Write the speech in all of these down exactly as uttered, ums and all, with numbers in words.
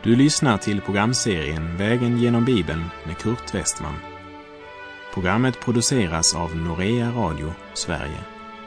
Du lyssnar till programserien Vägen genom Bibeln med Kurt Westman. Programmet produceras av Norea Radio, Sverige.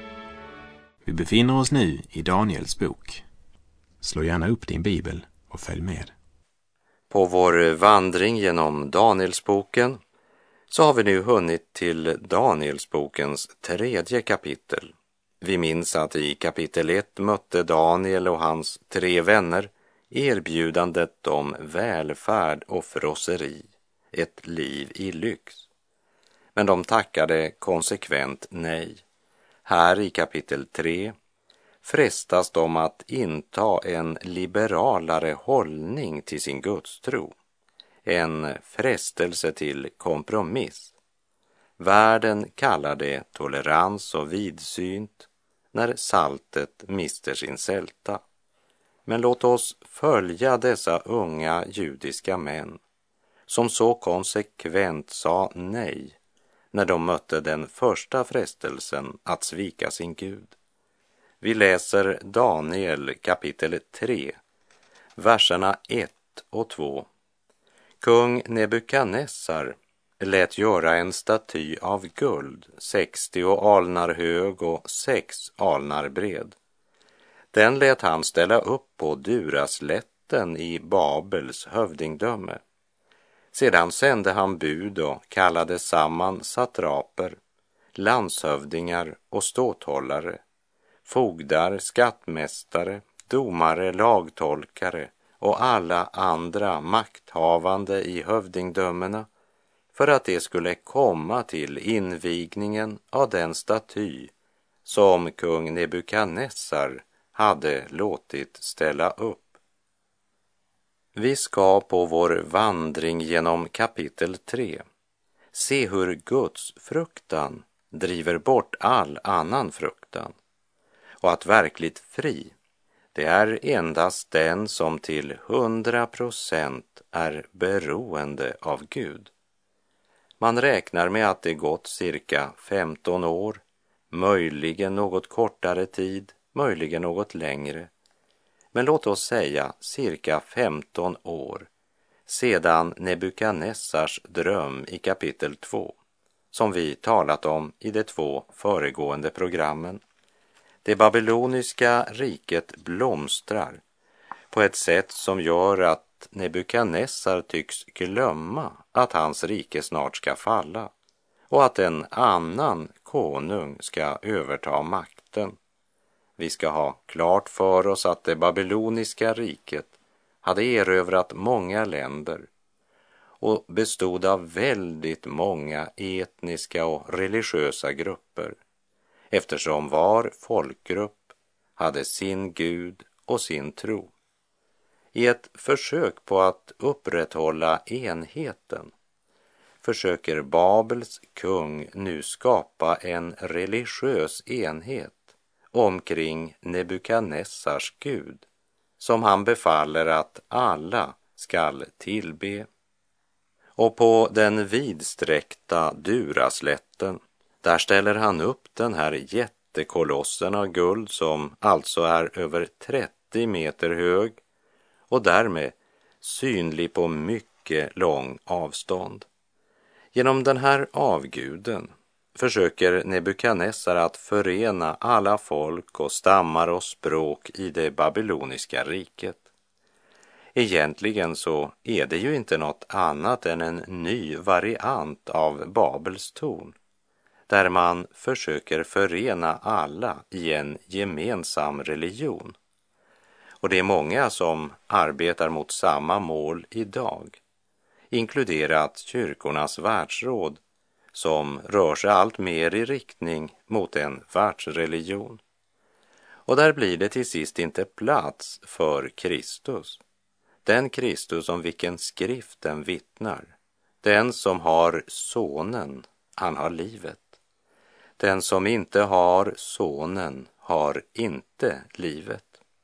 Vi befinner oss nu i Daniels bok. Slå gärna upp din bibel och följ med. På vår vandring genom Danielsboken så har vi nu hunnit till Danielsbokens tredje kapitel. Vi minns att i kapitel ett mötte Daniel och hans tre vänner erbjudandet om välfärd och frosseri, ett liv i lyx. Men de tackade konsekvent nej. Här i kapitel tre frestas de att inta en liberalare hållning till sin gudstro, en frestelse till kompromiss. Världen kallar det tolerans och vidsynt när saltet mister sin sälta. Men låt oss följa dessa unga judiska män som så konsekvent sa nej när de mötte den första frestelsen att svika sin Gud. Vi läser Daniel kapitel tre, verserna ett och två. Kung Nebukadnessar lät göra en staty av guld, sextio alnar hög och sex alnar bred. Den lät han ställa upp på Duraslätten i Babels hövdingdöme. Sedan sände han bud och kallade samman satraper, landshövdingar och ståthållare, fogdar, skattmästare, domare, lagtolkare och alla andra makthavande i hövdingdömena för att det skulle komma till invigningen av den staty som kung Nebukadnessar hade låtit ställa upp. Vi ska på vår vandring genom kapitel tre se hur Guds fruktan driver bort all annan fruktan, och att verkligt fri, det är endast den som till hundra procent är beroende av Gud. Man räknar med att det gått cirka femton år, möjligen något kortare tid, möjligen något längre. Men låt oss säga cirka femton år sedan Nebukadnessars dröm i kapitel två, som vi talat om i de två föregående programmen. Det babyloniska riket blomstrar på ett sätt som gör att Nebukadnessar tycks glömma att hans rike snart ska falla och att en annan konung ska överta makten. Vi ska ha klart för oss att det babyloniska riket hade erövrat många länder och bestod av väldigt många etniska och religiösa grupper, eftersom var folkgrupp hade sin Gud och sin tro. I ett försök på att upprätthålla enheten försöker Babels kung nu skapa en religiös enhet omkring Nebukadnessars Gud, som han befaller att alla skall tillbe. Och på den vidsträckta Duraslätten, där ställer han upp den här jättekolossen av guld som alltså är över trettio meter hög och därmed synlig på mycket lång avstånd. Genom den här avguden försöker Nebukadnessar att förena alla folk och stammar och språk i det babyloniska riket. Egentligen så är det ju inte något annat än en ny variant av Babels torn, där man försöker förena alla i en gemensam religion. Och det är många som arbetar mot samma mål idag, inkluderat kyrkornas världsråd, som rör sig allt mer i riktning mot en världsreligion. Och där blir det till sist inte plats för Kristus, den Kristus om vilken skriften vittnar, den som har sonen, han har livet. Den som inte har sonen har inte livet.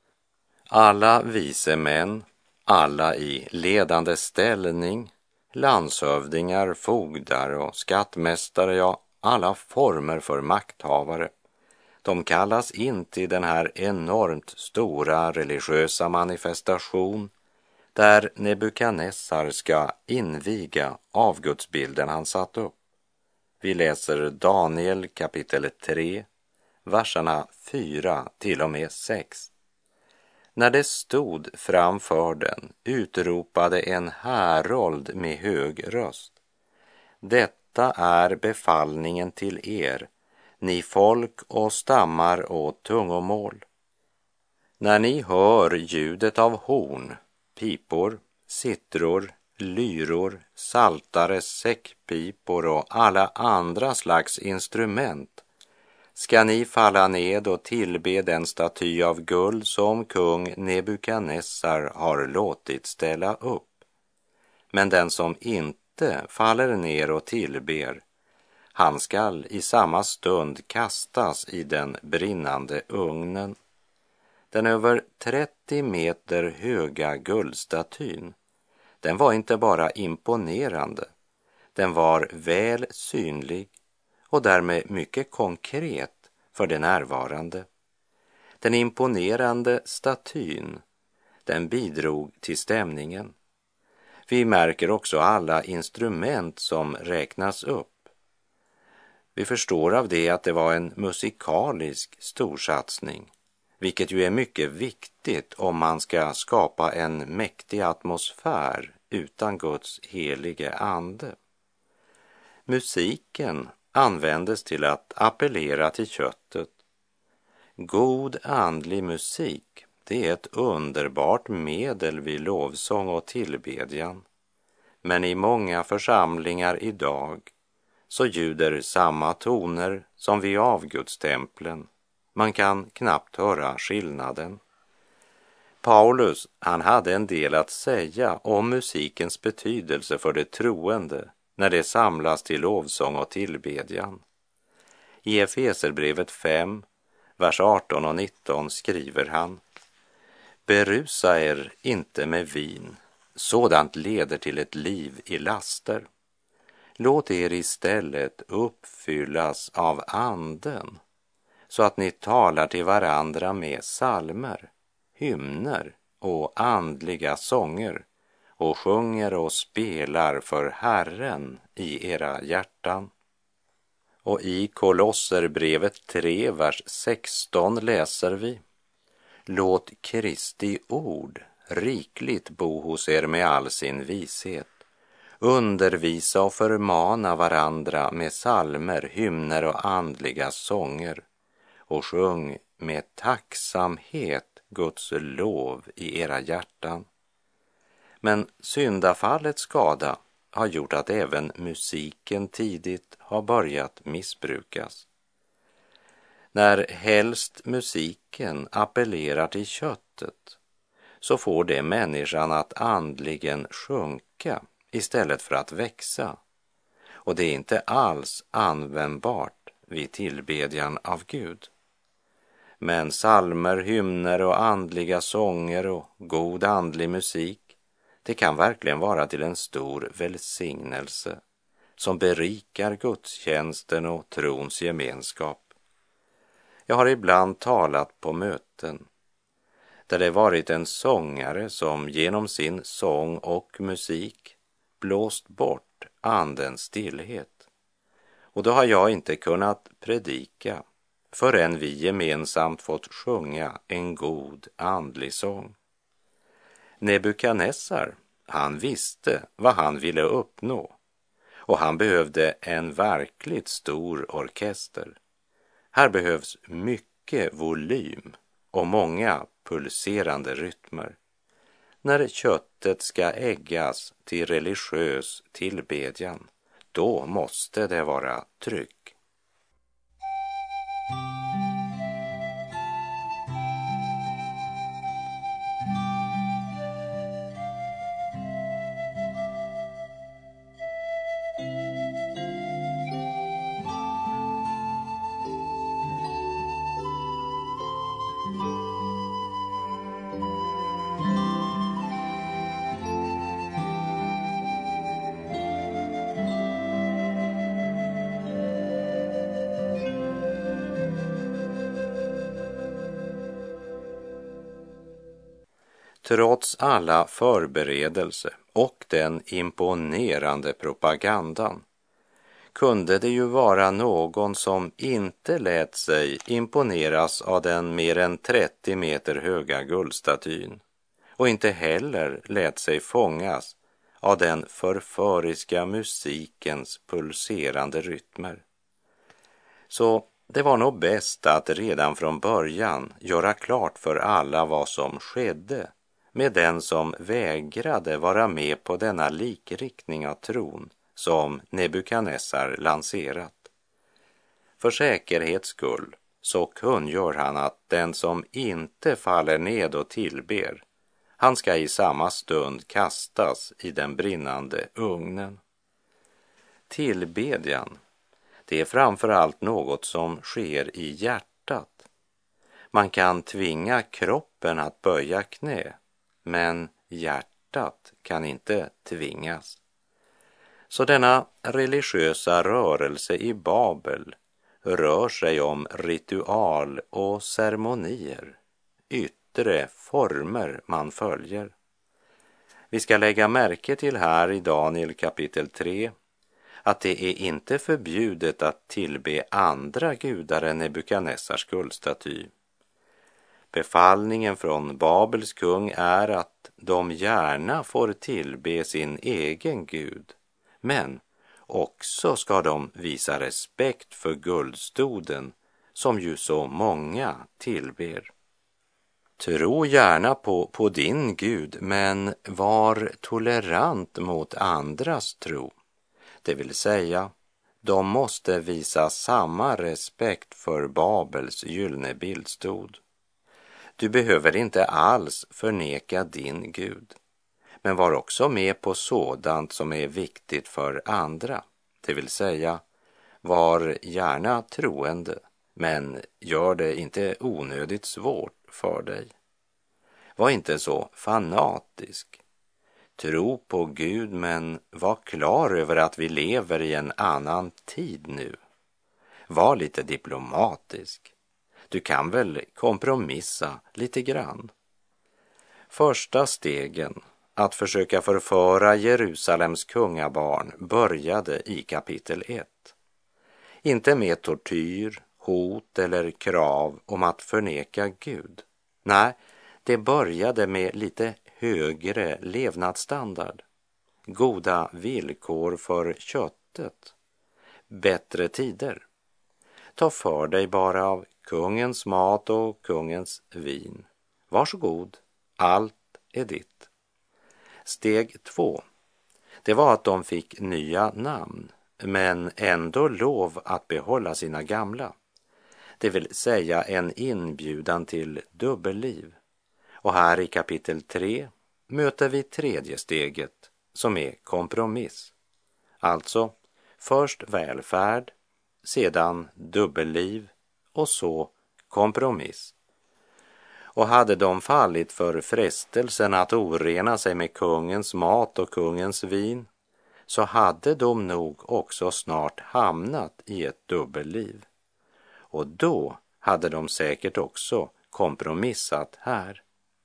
Alla vise män, alla i ledande ställning, landshövdingar, fogdar och skattmästare, ja, alla former för makthavare, de kallas in till den här enormt stora religiösa manifestation där Nebukadnessar ska inviga avgudsbilden han satt upp. Vi läser Daniel kapitel tre, verserna fyra till och med sex. När det stod framför den utropade en härold med hög röst: detta är befallningen till er, ni folk och stammar och tungomål. När ni hör ljudet av horn, pipor, cittror, lyror, saltare, säckpipor och alla andra slags instrument, ska ni falla ned och tillbe den staty av guld som kung Nebukadnessar har låtit ställa upp. Men den som inte faller ner och tillber, han skall i samma stund kastas i den brinnande ugnen. Den över trettio meter höga guldstatyn, den var inte bara imponerande, den var väl synlig och därmed mycket konkret för de närvarande. Den imponerande statyn, den bidrog till stämningen. Vi märker också alla instrument som räknas upp. Vi förstår av det att det var en musikalisk storsatsning, vilket ju är mycket viktigt om man ska skapa en mäktig atmosfär utan Guds helige ande. Musiken användes till att appellera till köttet. God andlig musik, det är ett underbart medel vid lovsång och tillbedjan. Men i många församlingar idag så ljuder samma toner som vid avgudstemplen. Man kan knappt höra skillnaden. Paulus, han hade en del att säga om musikens betydelse för det troende när det samlas till lovsång och tillbedjan. I Efeserbrevet fem, vers arton och nitton skriver han: berusa er inte med vin, sådant leder till ett liv i laster. Låt er istället uppfyllas av anden, så att ni talar till varandra med psalmer, hymner och andliga sånger och sjunger och spelar för Herren i era hjärtan. Och i Kolosserbrevet tre, vers sexton läser vi: låt Kristi ord rikligt bo hos er med all sin vishet. Undervisa och förmana varandra med psalmer, hymner och andliga sånger, och sjung med tacksamhet Guds lov i era hjärtan. Men syndafallets skada har gjort att även musiken tidigt har börjat missbrukas. När helst musiken appellerar till köttet, så får det människan att andligen sjunka istället för att växa. Och det är inte alls användbart vid tillbedjan av Gud. Men psalmer, hymner och andliga sånger och god andlig musik, det kan verkligen vara till en stor välsignelse som berikar gudstjänsten och trons gemenskap. Jag har ibland talat på möten där det varit en sångare som genom sin sång och musik blåst bort andens stillhet. Och då har jag inte kunnat predika förrän vi gemensamt fått sjunga en god andlig sång. Nebukadnessar, han visste vad han ville uppnå, och han behövde en verkligt stor orkester. Här behövs mycket volym och många pulserande rytmer när köttet ska äggas till religiös tillbedjan. Då måste det vara tryck. Trots alla förberedelser och den imponerande propagandan kunde det ju vara någon som inte lät sig imponeras av den mer än trettio meter höga guldstatyn och inte heller lät sig fångas av den förföriska musikens pulserande rytmer. Så det var nog bäst att redan från början göra klart för alla vad som skedde med den som vägrade vara med på denna likriktning av tron som Nebukadnessar lanserat. För säkerhets skull så kungör han att den som inte faller ned och tillber, han ska i samma stund kastas i den brinnande ugnen. Tillbedjan, det är framför allt något som sker i hjärtat. Man kan tvinga kroppen att böja knä, men hjärtat kan inte tvingas. Så denna religiösa rörelse i Babel rör sig om ritual och ceremonier, yttre former man följer. Vi ska lägga märke till här i Daniel kapitel tre att det är inte förbjudet att tillbe andra gudar än Nebukadnessars guldstaty. Befallningen från Babels kung är att de gärna får tillbe sin egen gud, men också ska de visa respekt för guldstoden som ju så många tillber. Tro gärna på, på din Gud, men var tolerant mot andras tro. Det vill säga, de måste visa samma respekt för Babels gyllene bildstod. Du behöver inte alls förneka din Gud, men var också med på sådant som är viktigt för andra. Det vill säga, var gärna troende, men gör det inte onödigt svårt för dig. Var inte så fanatisk. Tro på Gud, men var klar över att vi lever i en annan tid nu. Var lite diplomatisk. Du kan väl kompromissa lite grann. Första stegen att försöka förföra Jerusalems kungabarn började i kapitel ett. Inte med tortyr, hot eller krav om att förneka Gud. Nej, det började med lite högre levnadsstandard, goda villkor för köttet, bättre tider. Ta för dig bara av kungens mat och kungens vin. Varsågod, allt är ditt. Steg två, det var att de fick nya namn, men ändå lov att behålla sina gamla. Det vill säga en inbjudan till dubbelliv. Och här i kapitel tre möter vi tredje steget som är kompromiss. Alltså först välfärd, sedan dubbelliv och så kompromiss. Och hade de fallit för frestelsen att orena sig med kungens mat och kungens vin, så hade de nog också snart hamnat i ett dubbelliv. Och då hade de säkert också kompromissat här.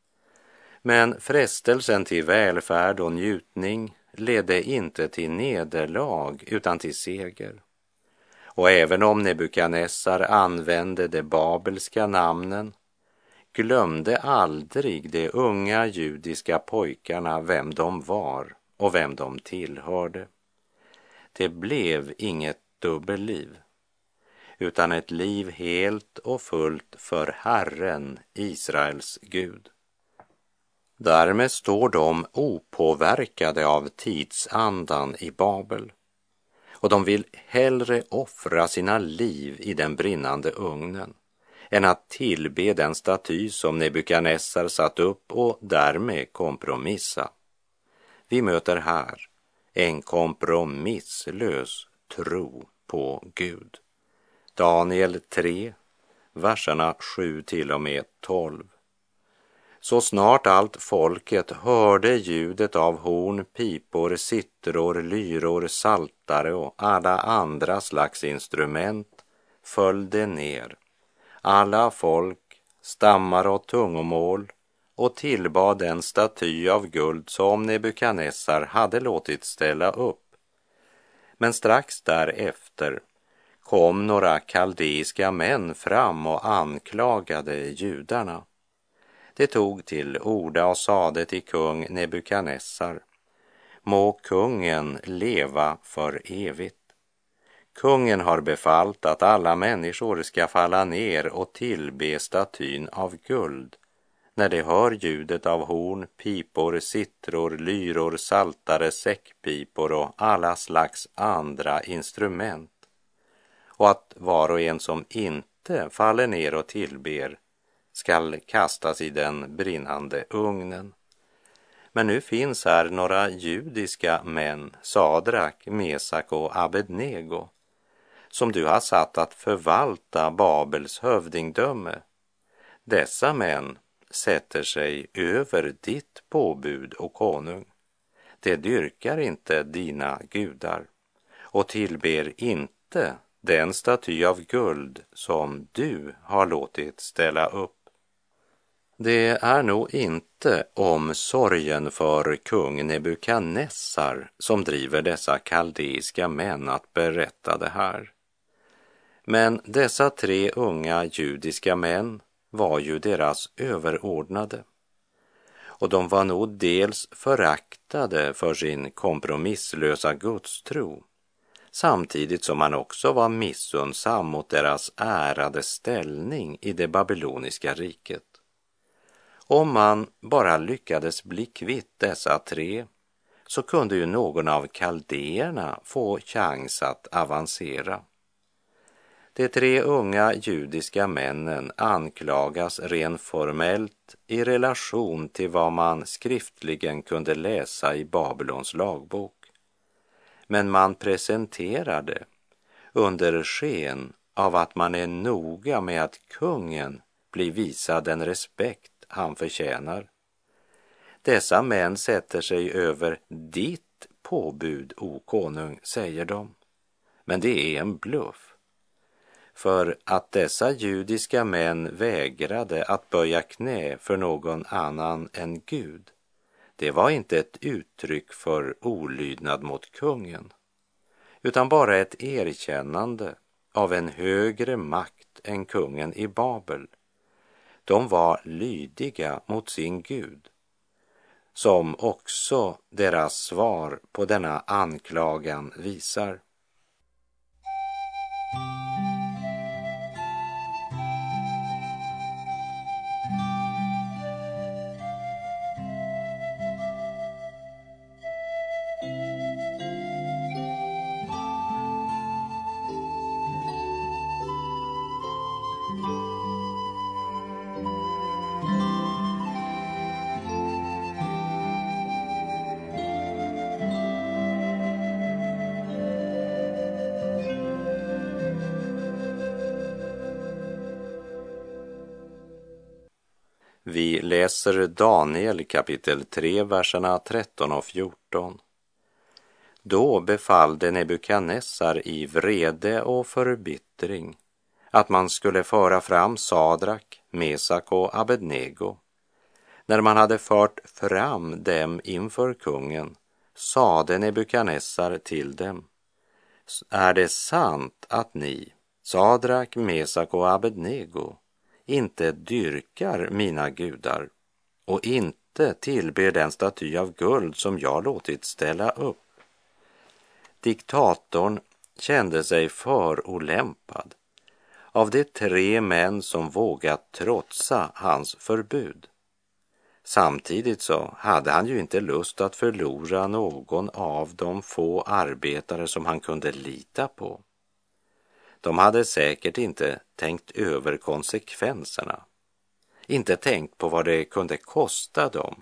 Men frestelsen till välfärd och njutning ledde inte till nederlag utan till seger. Och även om Nebukadnessar använde de babelska namnen, glömde aldrig de unga judiska pojkarna vem de var och vem de tillhörde. Det blev inget dubbelliv, utan ett liv helt och fullt för Herren, Israels Gud. Därmed står de opåverkade av tidsandan i Babel, och de vill hellre offra sina liv i den brinnande ugnen än att tillbe den staty som Nebukadnessar satt upp och därmed kompromissa. Vi möter här en kompromisslös tro på Gud. Daniel tre, verserna sju till och med tolv. Så snart allt folket hörde ljudet av horn, pipor, cittror, lyror, saltare och alla andra slags instrument föll det ner. Alla folk, stammar och tungomål och tillbad den staty av guld som Nebukadnessar hade låtit ställa upp. Men strax därefter kom några kaldeiska män fram och anklagade judarna. De tog till orda och sade till kung Nebukadnessar: må kungen leva för evigt. Kungen har befallt att alla människor ska falla ner och tillbe statyn av guld när de hör ljudet av horn, pipor, sittror, lyror, saltare, säckpipor och alla slags andra instrument, och att var och en som inte faller ner och tillber skall kastas i den brinnande ugnen. Men nu finns här några judiska män, Sadrak, Mesak och Abednego, som du har satt att förvalta Babels hövdingdöme. Dessa män sätter sig över ditt påbud och konung. De dyrkar inte dina gudar och tillber inte den staty av guld som du har låtit ställa upp. Det är nog inte om sorgen för kung Nebukadnessar som driver dessa kaldeiska män att berätta det här. Men dessa tre unga judiska män var ju deras överordnade. Och de var nog dels föraktade för sin kompromisslösa gudstro, samtidigt som man också var missunnsam mot deras ärade ställning i det babyloniska riket. Om man bara lyckades bli kvitt dessa tre, så kunde ju någon av kaldéerna få chans att avancera. De tre unga judiska männen anklagas rent formellt i relation till vad man skriftligen kunde läsa i Babylons lagbok. Men man presenterar det under sken av att man är noga med att kungen blir visad den respekt han förtjänar. Dessa män sätter sig över ditt påbud, o konung, säger de. Men det är en bluff. För att dessa judiska män vägrade att böja knä för någon annan än Gud, det var inte ett uttryck för olydnad mot kungen, utan bara ett erkännande av en högre makt än kungen i Babel. De var lydiga mot sin Gud, som också deras svar på denna anklagan visar. Vi läser Daniel kapitel tre, verserna tretton och fjorton. Då befallde Nebukadnessar i vrede och förbittring att man skulle föra fram Sadrak, Mesak och Abednego. När man hade fört fram dem inför kungen, sade Nebukadnessar till dem: är det sant att ni, Sadrak, Mesak och Abednego, inte dyrkar mina gudar och inte tillber den staty av guld som jag låtit ställa upp? Diktatorn kände sig förolämpad av de tre män som vågat trotsa hans förbud. Samtidigt så hade han ju inte lust att förlora någon av de få arbetare som han kunde lita på. De hade säkert inte tänkt över konsekvenserna, inte tänkt på vad det kunde kosta dem.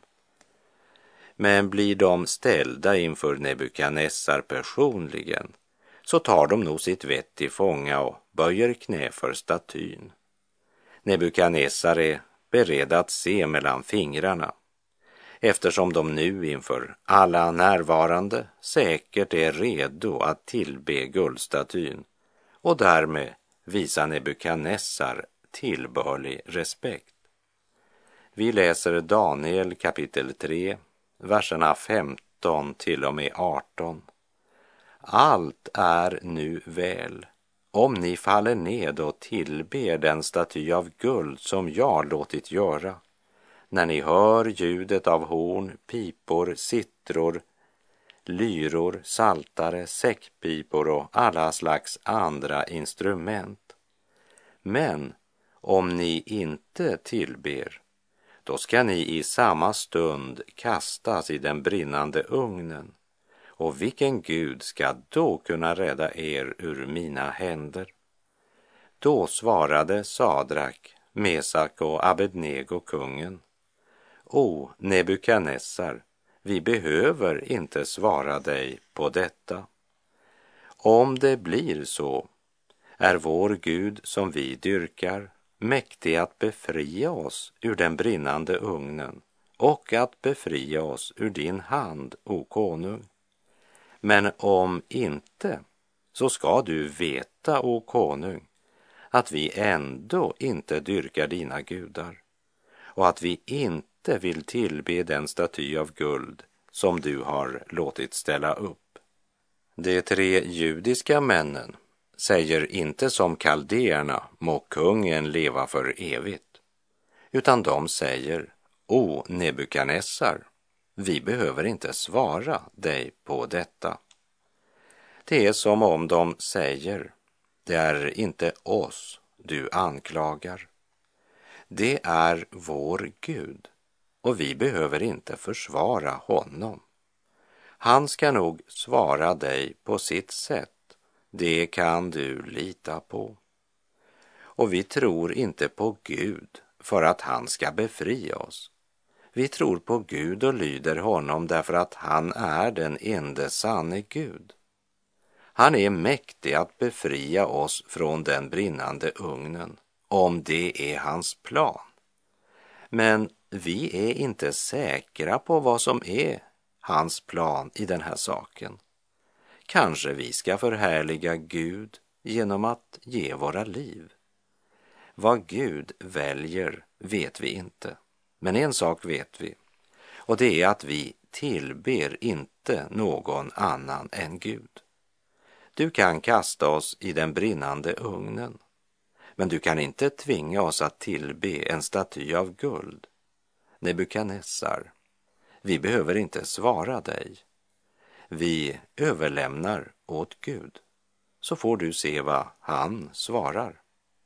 Men blir de ställda inför Nebukadnessar personligen, så tar de nog sitt vett till fånga och böjer knä för statyn. Nebukadnessar är beredd att se mellan fingrarna, eftersom de nu inför alla närvarande säkert är redo att tillbe guldstatyn och därmed visa Nebukadnessar tillbörlig respekt. Vi läser Daniel kapitel tre, verserna femton till och med arton. Allt är nu väl, om ni faller ned och tillber den staty av guld som jag låtit göra, när ni hör ljudet av horn, pipor, sittror, lyror, saltare, säckpipor och alla slags andra instrument. Men om ni inte tillber, då ska ni i samma stund kastas i den brinnande ugnen. Och vilken Gud ska då kunna rädda er ur mina händer? Då svarade Sadrak, Mesak och Abednego kungen: O Nebukadnessar, vi behöver inte svara dig på detta. Om det blir så, är vår Gud som vi dyrkar mäktig att befria oss ur den brinnande ugnen och att befria oss ur din hand, o konung. Men om inte, så ska du veta, o konung, att vi ändå inte dyrkar dina gudar och att vi inte vill tillbe den staty av guld som du har låtit ställa upp. De tre judiska männen säger inte som kaldéerna, må kungen leva för evigt, utan de säger: O Nebukadnessar, vi behöver inte svara dig på detta. Det är som om de säger: det är inte oss du anklagar. Det är vår Gud och vi behöver inte försvara honom. Han ska nog svara dig på sitt sätt. Det kan du lita på. Och vi tror inte på Gud för att han ska befria oss. Vi tror på Gud och lyder honom därför att han är den ende sanne Gud. Han är mäktig att befria oss från den brinnande ugnen, om det är hans plan. Men vi är inte säkra på vad som är hans plan i den här saken. Kanske vi ska förhärliga Gud genom att ge våra liv. Vad Gud väljer vet vi inte, men en sak vet vi, och det är att vi tillber inte någon annan än Gud. Du kan kasta oss i den brinnande ugnen, men du kan inte tvinga oss att tillbe en staty av guld. Nebukadnessar, vi behöver inte svara dig. Vi överlämnar åt Gud, så får du se vad han svarar.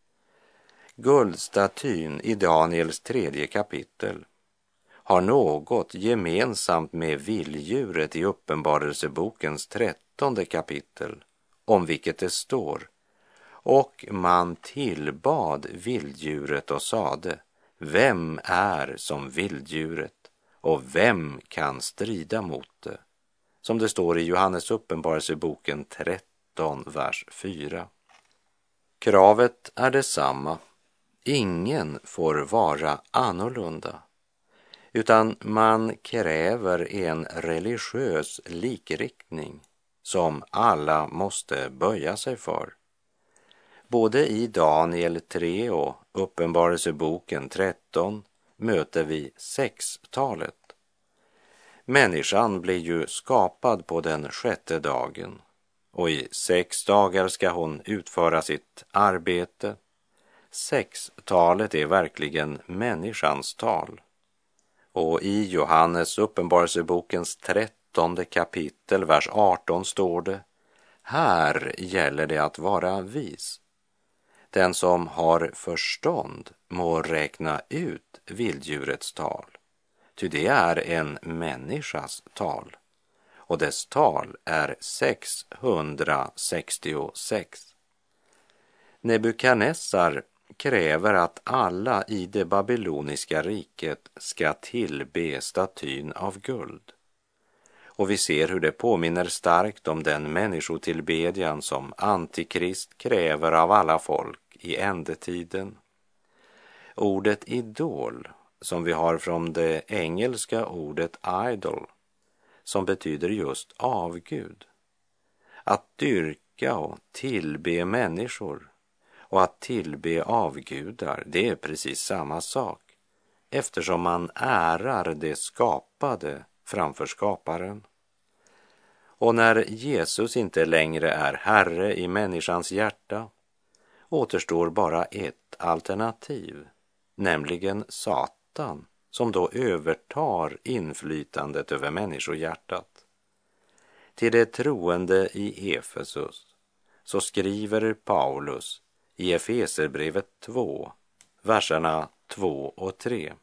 Guldstatyn i Daniels tredje kapitel har något gemensamt med vilddjuret i Uppenbarelsebokens trettonde kapitel, om vilket det står: och man tillbad vilddjuret och sade: vem är som vilddjuret och vem kan strida mot det? Som det står i Johannes Uppenbarelseboken tretton, vers fyra. Kravet är detsamma. Ingen får vara annorlunda, utan man kräver en religiös likriktning som alla måste böja sig för. Både i Daniel tre och Uppenbarelseboken tretton möter vi sextalet. Människan blir ju skapad på den sjätte dagen, och i sex dagar ska hon utföra sitt arbete. Sextalet är verkligen människans tal. Och i Johannes Uppenbarelsebokens trettonde kapitel, vers arton står det: här gäller det att vara vis. Den som har förstånd må räkna ut vilddjurets tal, ty det är en människas tal, och dess tal är sexhundrasextiosex. Nebukadnessar kräver att alla i det babyloniska riket ska tillbe statyn av guld. Och vi ser hur det påminner starkt om den människotillbedjan som Antikrist kräver av alla folk i ändetiden. Ordet idol, som vi har från det engelska ordet idol, som betyder just avgud. Att dyrka och tillbe människor och att tillbe avgudar, det är precis samma sak. eftersom man ärar det skapade framför skaparen. Och när Jesus inte längre är herre i människans hjärta återstår bara ett alternativ, nämligen Satan, som då övertar inflytandet över människohjärtat. Till det troende i Efesus så skriver Paulus i Efeserbrevet två, verserna två och tre.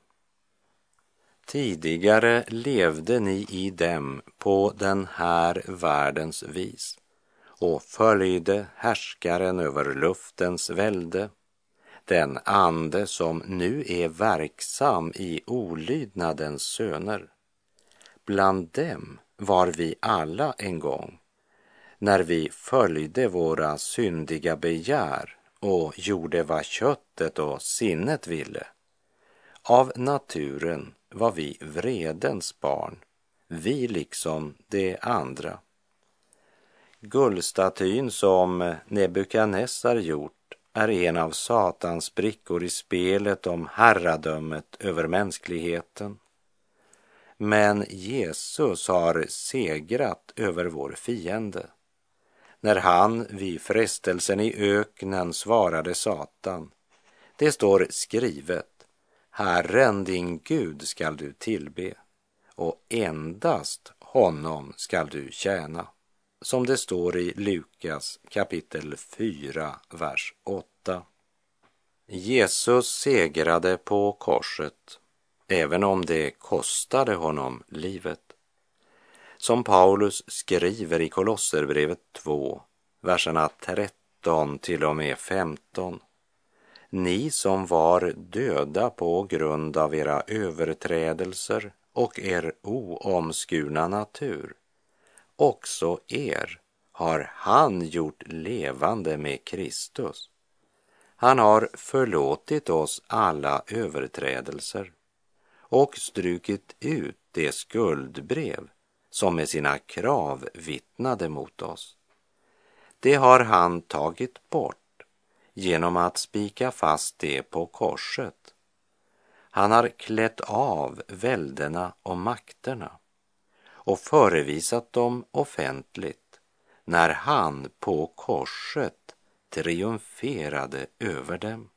Tidigare levde ni i dem på den här världens vis och följde härskaren över luftens välde, den ande som nu är verksam i olydnadens söner. Bland dem var vi alla en gång, när vi följde våra syndiga begär och gjorde vad köttet och sinnet ville. Av naturen var vi vredens barn, vi liksom de andra. Guldstatyn som Nebukadnessar gjort är en av Satans brickor i spelet om herradömet över mänskligheten. Men Jesus har segrat över vår fiende. När han vid frestelsen i öknen svarade Satan, det står skrivet, Herren din Gud skall du tillbe, och endast honom skall du tjäna. Som det står i Lukas kapitel fyra, vers åtta. Jesus segrade på korset, även om det kostade honom livet. Som Paulus skriver i Kolosserbrevet två, verserna tretton till och med femton. Ni som var döda på grund av era överträdelser och er oomskurna natur, också er har han gjort levande med Kristus. Han har förlåtit oss alla överträdelser och strukit ut det skuldbrev som med sina krav vittnade mot oss. Det har han tagit bort genom att spika fast det på korset. Han har klätt av väldena och makterna och förevisat dem offentligt när han på korset triumferade över dem.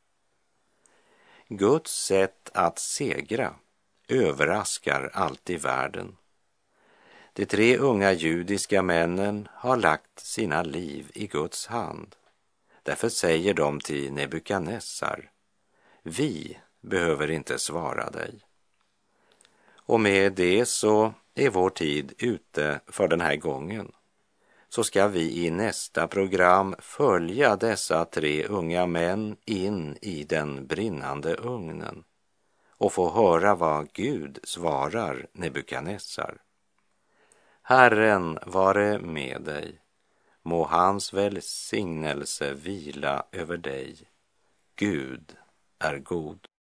Guds sätt att segra överraskar alltid världen. De tre unga judiska männen har lagt sina liv i Guds hand. Därför säger de till Nebukadnessar, vi behöver inte svara dig. Och med det så är vår tid ute för den här gången. Så ska vi i nästa program följa dessa tre unga män in i den brinnande ugnen och få höra vad Gud svarar Nebukadnessar. Herren vare med dig, må hans välsignelse vila över dig. Gud är god.